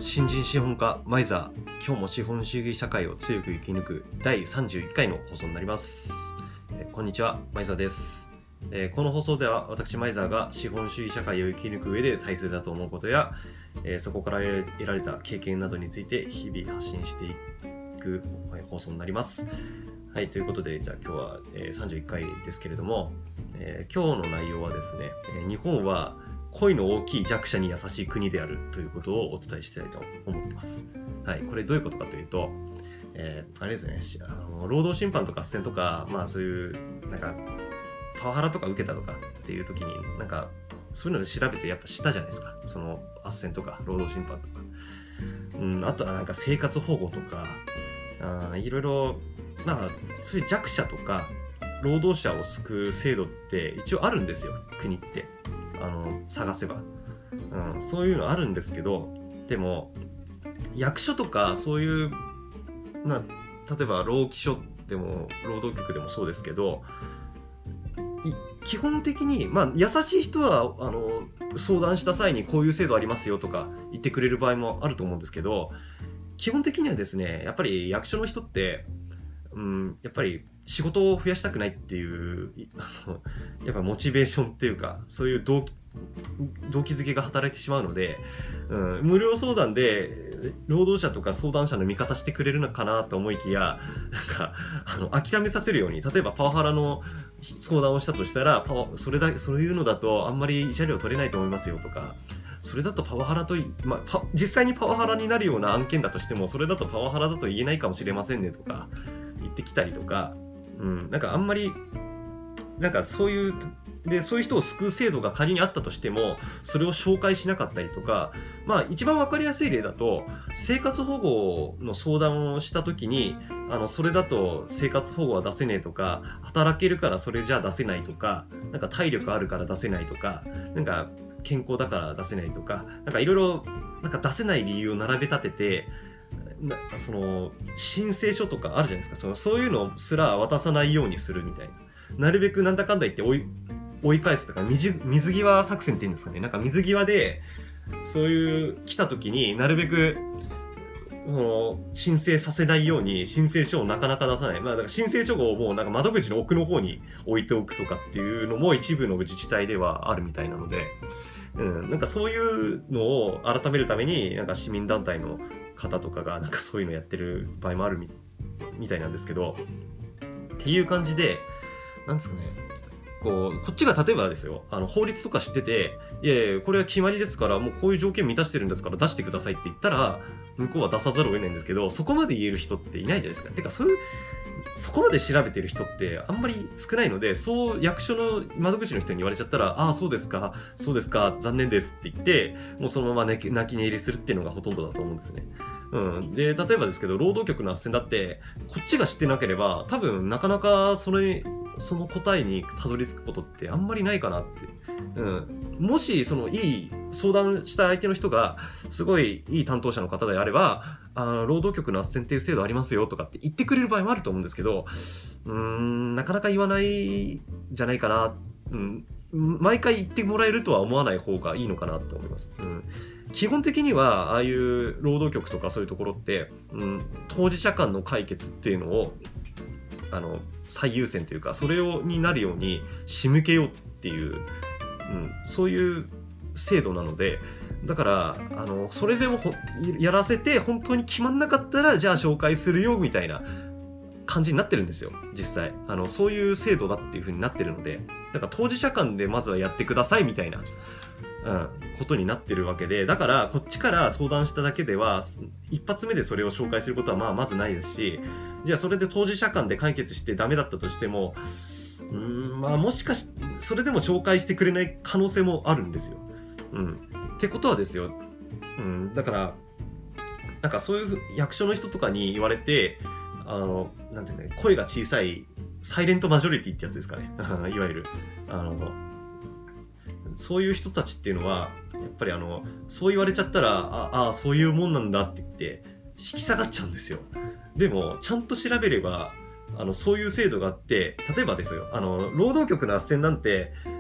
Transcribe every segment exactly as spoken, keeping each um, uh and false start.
新人資本家マイザー、今日も資本主義社会を強く生き抜くだいさんじゅういっかいの放送になります。えー、こんにちは、マイザーです。えー、この放送では私マイザーが資本主義社会を生き抜く上で大切だと思うことや、えー、そこから得られた経験などについて日々発信していく放送になります。はい、ということで、じゃあ今日は、えー、さんじゅういっかいですけれども、えー、今日の内容はですね、えー、日本は声の大きい弱者に優しい国であるということをお伝えしたいと思ってます。はい、これどういうことかというと、えー、あれですね、あの労働審判とか斡旋とか、まあそういうなんかパワハラとか受けたとかっていう時になんかそういうので調べてやっぱ知ったじゃないですか。その斡旋とか労働審判とか、うん、あとはなんか生活保護とか、あいろいろまあそういう弱者とか労働者を救う制度って一応あるんですよ、国って。あの探せば、うん、そういうのあるんですけど、でも役所とかそういう、まあ、例えば労基署でも労働局でもそうですけど、基本的に、まあ、優しい人はあの相談した際にこういう制度ありますよとか言ってくれる場合もあると思うんですけど、基本的にはですね、やっぱり役所の人って、うん、やっぱり仕事を増やしたくないっていうやっぱモチベーションっていうか、そういう動機動機づけが働いてしまうので、うん、無料相談で労働者とか相談者の味方してくれるのかなと思いきや、なんかあの諦めさせるように、例えばパワハラの相談をしたとしたら、パワそれだそういうのだとあんまり慰謝料取れないと思いますよとか、それだとパワハラと、まあ、実際にパワハラになるような案件だとしても、それだとパワハラだと言えないかもしれませんねとか言ってきたりとか、うん、なんかあんまりなんかそういうでそういう人を救う制度が仮にあったとしても、それを紹介しなかったりとか、まあ一番わかりやすい例だと、生活保護の相談をした時に、あのそれだと生活保護は出せねえとか、働けるからそれじゃ出せないとか、なんか体力あるから出せないとか、なんか健康だから出せないとか、なんかいろいろなんか出せない理由を並べ立てて、なその申請書とかあるじゃないですか。そのそういうのすら渡さないようにするみたいな。なるべくなんだかんだ言って追い追い返すとか、水水際作戦っていうんですかね。なんか水際でそういう来た時になるべくその申請させないように申請書をなかなか出さない。まあだから申請書をもうなんか窓口の奥の方に置いておくとかっていうのも一部の自治体ではあるみたいなので、うん、なんかそういうのを改めるためになんか市民団体の方とかがなんかそういうのやってる場合もある み, みたいなんですけど、っていう感じで、なんですかね、こうこっちが例えばですよ、あの法律とか知ってて、いやいやこれは決まりですから、もうこういう条件満たしてるんですから出してくださいって言ったら、向こうは出さざるを得ないんですけど、そこまで言える人っていないじゃないですか。てかそういうそこまで調べてる人ってあんまり少ないので、そう役所の窓口の人に言われちゃったら、ああそうですかそうですか残念ですって言って、もうそのまま泣き泣き寝入りするっていうのがほとんどだと思うんですね。うん、で例えばですけど、労働局の斡旋だってこっちが知ってなければ多分なかなかそれその答えにたどり着くことってあんまりないかなって、うん、もしそのいい相談した相手の人がすごいいい担当者の方であれば、あの労働局の斡旋っていう制度ありますよとかって言ってくれる場合もあると思うんですけど、うーんなかなか言わないじゃないかな、うん、毎回言ってもらえるとは思わない方がいいのかなと思います。うん、基本的にはああいう労働局とかそういうところって、うん、当事者間の解決っていうのをあの最優先というか、それをになるように仕向けようっていう、うん、そういう制度なので、だからあのそれでもやらせて本当に決まんなかったらじゃあ紹介するよみたいな感じになってるんですよ、実際。あのそういう制度だっていう風になってるので、だから当事者間でまずはやってくださいみたいな、うん、ことになってるわけで、だからこっちから相談しただけでは一発目でそれを紹介することはまあまずないですし、じゃあそれで当事者間で解決してダメだったとしても、うーんまあもしかしそれでも紹介してくれない可能性もあるんですよ。うん、ってことはですよ、うん、だからなんかそういう役所の人とかに言われて、あのなんていうね、声が小さいサイレントマジョリティってやつですかねいわゆるあのそういう人たちっていうのはやっぱりあのそう言われちゃったら、ああそういうもんなんだって言って引き下がっちゃうんですよ。でもちゃんと調べればあのそういう制度があって、例えばですよ、あの労働局の斡旋なんて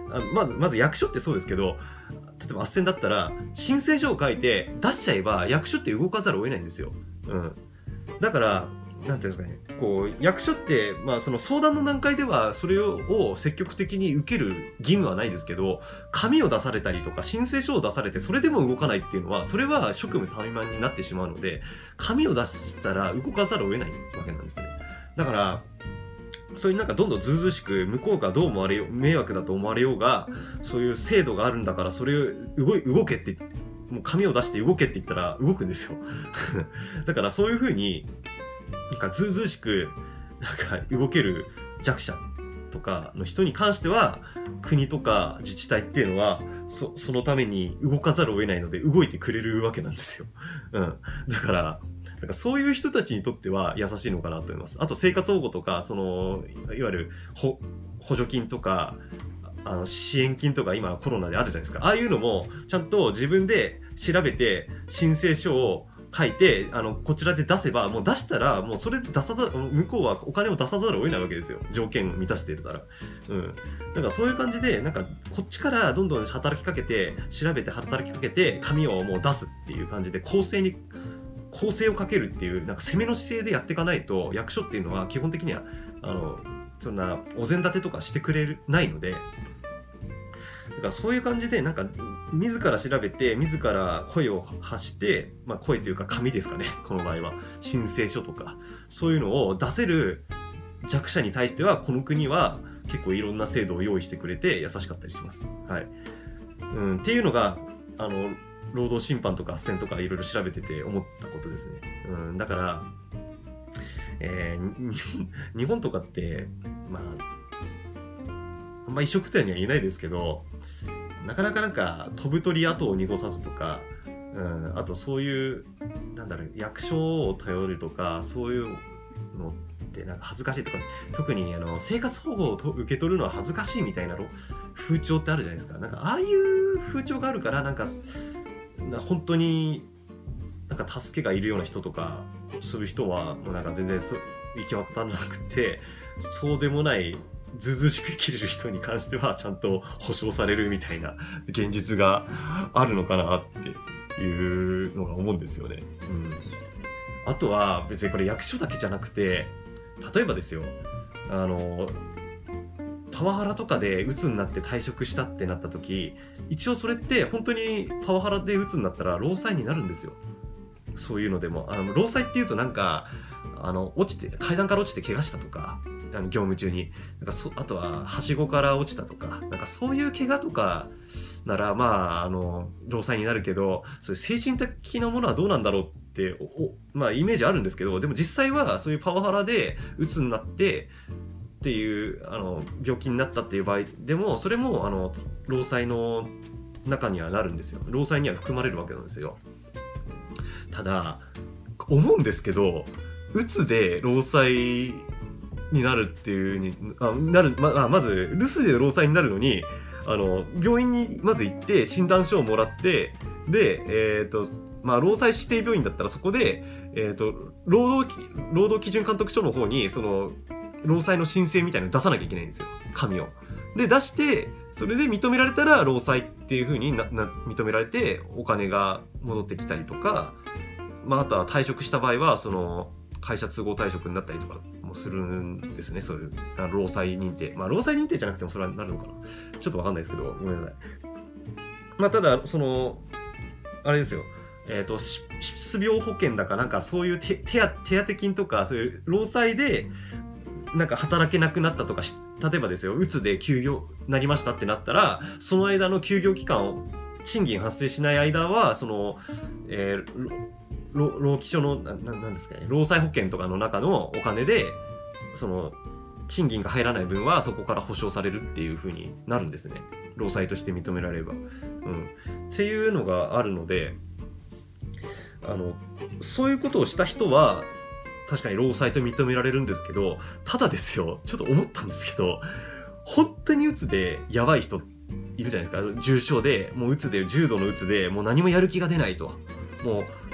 あまずまず役所ってそうですけど、例えば斡旋だったら申請書を書いて出しちゃえば役所って動かざるを得ないんですよ。うん、だからなんていうんですかね、こう役所って、まあ、その相談の段階ではそれを積極的に受ける義務はないですけど、紙を出されたりとか申請書を出されてそれでも動かないっていうのは、それは職務怠慢になってしまうので、紙を出したら動かざるを得ないわけなんですね。だからそういうなんかどんどんずうずうしく、向こうがどう思われよう、迷惑だと思われようが、そういう制度があるんだからそれを動い動けってもう紙を出して動けって言ったら動くんですよだからそういう風になんかずうずうしくなんか動ける弱者とかの人に関しては、国とか自治体っていうのは そ, そのために動かざるを得ないので動いてくれるわけなんですよ、うん、だからなんかそういう人たちにとっては優しいのかなと思います。あと生活保護とか、そのいわゆる補助金とかあの支援金とか今コロナであるじゃないですか。ああいうのもちゃんと自分で調べて申請書を書いて、あのこちらで出せば、もう出したらもうそれで出さざ向こうはお金を出さざるを得ないわけですよ、条件を満たしているから。うん、だからそういう感じで、なんかこっちからどんどん働きかけて調べて働きかけて紙をもう出すっていう感じで公正に構成をかけるっていうなんか攻めの姿勢でやっていかないと、役所っていうのは基本的にはあのそんなお膳立てとかしてくれないので、だからそういう感じでなんか自ら調べて自ら声を発して、まあ、声というか紙ですかね、この場合は申請書とかそういうのを出せる弱者に対しては、この国は結構いろんな制度を用意してくれて優しかったりします。はい、うん、っていうのがあの労働審判とか斡旋とかいろいろ調べてて思ったことですね。うん、だから、えー、日本とかってまああんま一緒くたには言えないですけど、なかなかなんか飛ぶ鳥跡を濁さずとか、うん、あとそういうなんだろう、役所を頼るとかそういうのってなんか恥ずかしいとか、特にあの生活保護をと受け取るのは恥ずかしいみたいな風潮ってあるじゃないですか。なんかああいう風潮があるから、なんか本当になんか助けがいるような人とかそういう人はもうなんか全然行き渡らなくて、そうでもないずうずうしく生きれる人に関してはちゃんと保障されるみたいな現実があるのかなっていうのが思うんですよね。うん、あとは別にこれ役所だけじゃなくて、例えばですよ、あのパワハラとかで鬱になって退職したってなった時、一応それって本当にパワハラで鬱になったら労災になるんですよ。そういうのでもあの労災っていうとなんかあの落ちて階段から落ちて怪我したとか、あの業務中になんかそあとははしごから落ちたとか、なんかそういう怪我とかならまああの労災になるけど、そういう精神的なものはどうなんだろうっておまあイメージあるんですけど、でも実際はそういうパワハラで鬱になってっていうあの病気になったっていう場合でも、それもあの労災の中にはなるんですよ。労災には含まれるわけなんですよ。ただ思うんですけど、鬱で労災になるっていうにあなる ま, まず留守で労災になるのに、あの病院にまず行って診断書をもらって、でえっ、ー、とまあ労災指定病院だったらそこでえっ、ー、と労働労働基準監督署の方にその労災の申請みたいなの出さなきゃいけないんですよ、紙を。で出して、それで認められたら労災っていう風になな認められてお金が戻ってきたりとか、まあ、あとは退職した場合はその会社都合退職になったりとかもするんですね。そういう労災認定、まあ労災認定じゃなくてもそれはなるのかな、ちょっとわかんないですけど、ごめんなさい。まあただそのあれですよ、えーと、失病保険だかなんかそういう手手当金とか、そういう労災でなんか働けなくなったとか、例えばですよ、うつで休業なりましたってなったら、その間の休業期間を賃金発生しない間はその、えー、労労基署のななんですかね、労災保険とかの中のお金でその賃金が入らない分はそこから保証されるっていう風になるんですね、労災として認められれば、うん、っていうのがあるので、あのそういうことをした人は確かに労災と認められるんですけど、ただですよ、ちょっと思ったんですけど、本当にうつでやばい人いるじゃないですか。重症でもううつで重度のうつでもう何もやる気が出ないと、もう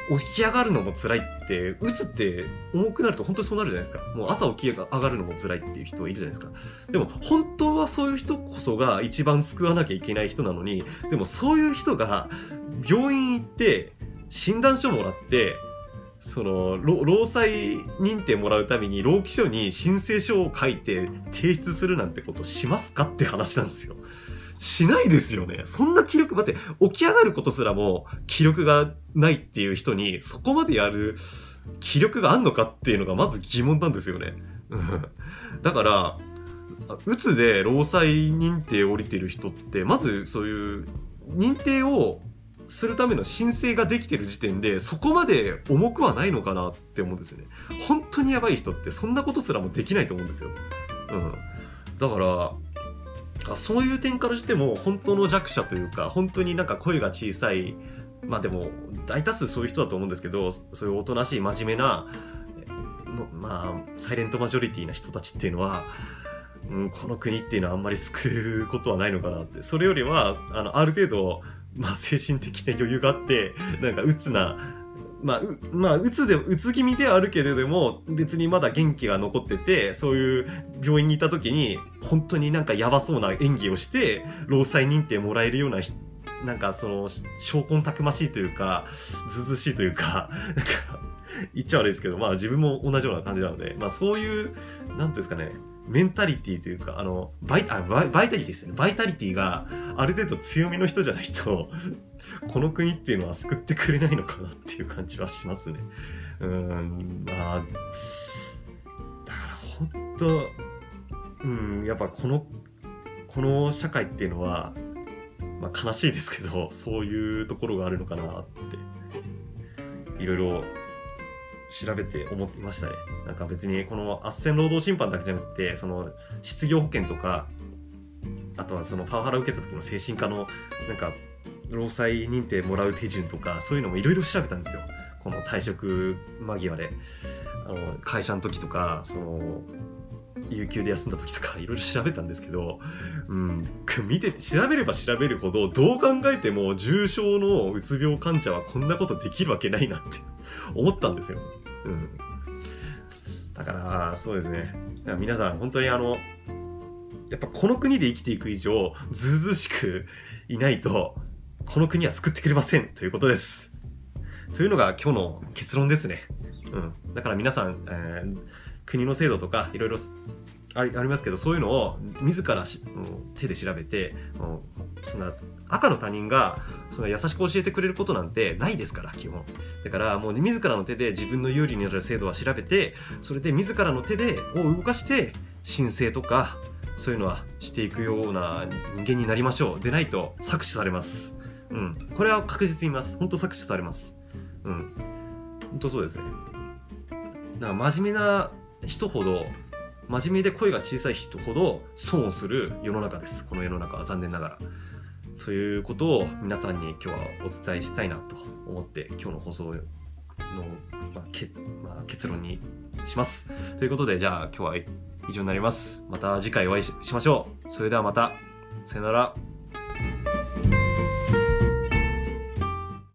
起き上がるのも辛いって、うつって重くなると本当にそうなるじゃないですか。もう朝起き上がるのも辛いっていう人いるじゃないですか。でも本当はそういう人こそが一番救わなきゃいけない人なのに、でもそういう人が病院行って診断書もらって、その労災認定もらうために労基署に申請書を書いて提出するなんてことしますかって話なんですよ。しないですよね。そんな気力、待って、起き上がることすらも気力がないっていう人にそこまでやる気力があんのかっていうのがまず疑問なんですよね。だからうつで労災認定を降りてる人ってまずそういう認定をするための申請ができてる時点でそこまで重くはないのかなって思うんですよね。本当にやばい人ってそんなことすらもできないと思うんですよ。うん、だからそういう点からしても本当の弱者というか、本当になんか声が小さい、まあでも大多数そういう人だと思うんですけど、そういうおとなしい真面目なの、まあサイレントマジョリティな人たちっていうのは、うん、この国っていうのはあんまり救うことはないのかなって。それよりはあのある程度、まあ、精神的な余裕があって、なんか鬱な、まあ、うまあ、うつで、うつ気味ではあるけれども、別にまだ元気が残ってて、そういう病院にいた時に、本当になんかやばそうな演技をして、労災認定もらえるような、なんかその、証拠たくましいというか、ずうずうしいというか、なんか、言っちゃ悪いですけど、まあ自分も同じような感じなので、まあそういう、なんていうんですかね、メンタリティというか、あの、バイ、あ、バイ、バイタリティですね。バイタリティがある程度強めの人じゃないと、この国っていうのは救ってくれないのかなっていう感じはしますね。うーん、まあ、だから本当、うん、やっぱこの、この社会っていうのは、まあ悲しいですけど、そういうところがあるのかなって、いろいろ調べて思っていましたね。なんか別にこの斡旋労働審判だけじゃなくて、その失業保険とか、あとはそのパワハラ受けた時の精神科のなんか労災認定もらう手順とか、そういうのもいろいろ調べたんですよ。この退職間際で、あの会社の時とか、その有給で休んだ時とかいろいろ調べたんですけど、うん、見て調べれば調べるほどどう考えても重症のうつ病患者はこんなことできるわけないなって思ったんですよ。うん、だからそうですね。皆さん本当にあのやっぱこの国で生きていく以上ずうずうしくいないとこの国は救ってくれませんということです。というのが今日の結論ですね。うん、だから皆さん、えー、国の制度とかいろいろありますけど、そういうのを自らし、うん、手で調べて、うん、そんな赤の他人がその優しく教えてくれることなんてないですから、基本。だからもう自らの手で自分の有利になる制度は調べて、それで自らの手でを動かして申請とかそういうのはしていくような人間になりましょう。でないと搾取されます。うん、これは確実に言います。本当搾取されます。うん、本当そうですね。だから真面目な人ほど、真面目で声が小さい人ほど損をする世の中です。この世の中は残念ながら。ということを皆さんに今日はお伝えしたいなと思って今日の放送の、まあけまあ、結論にします。ということでじゃあ今日は以上になります。また次回お会いしましょう。それではまた。さよなら。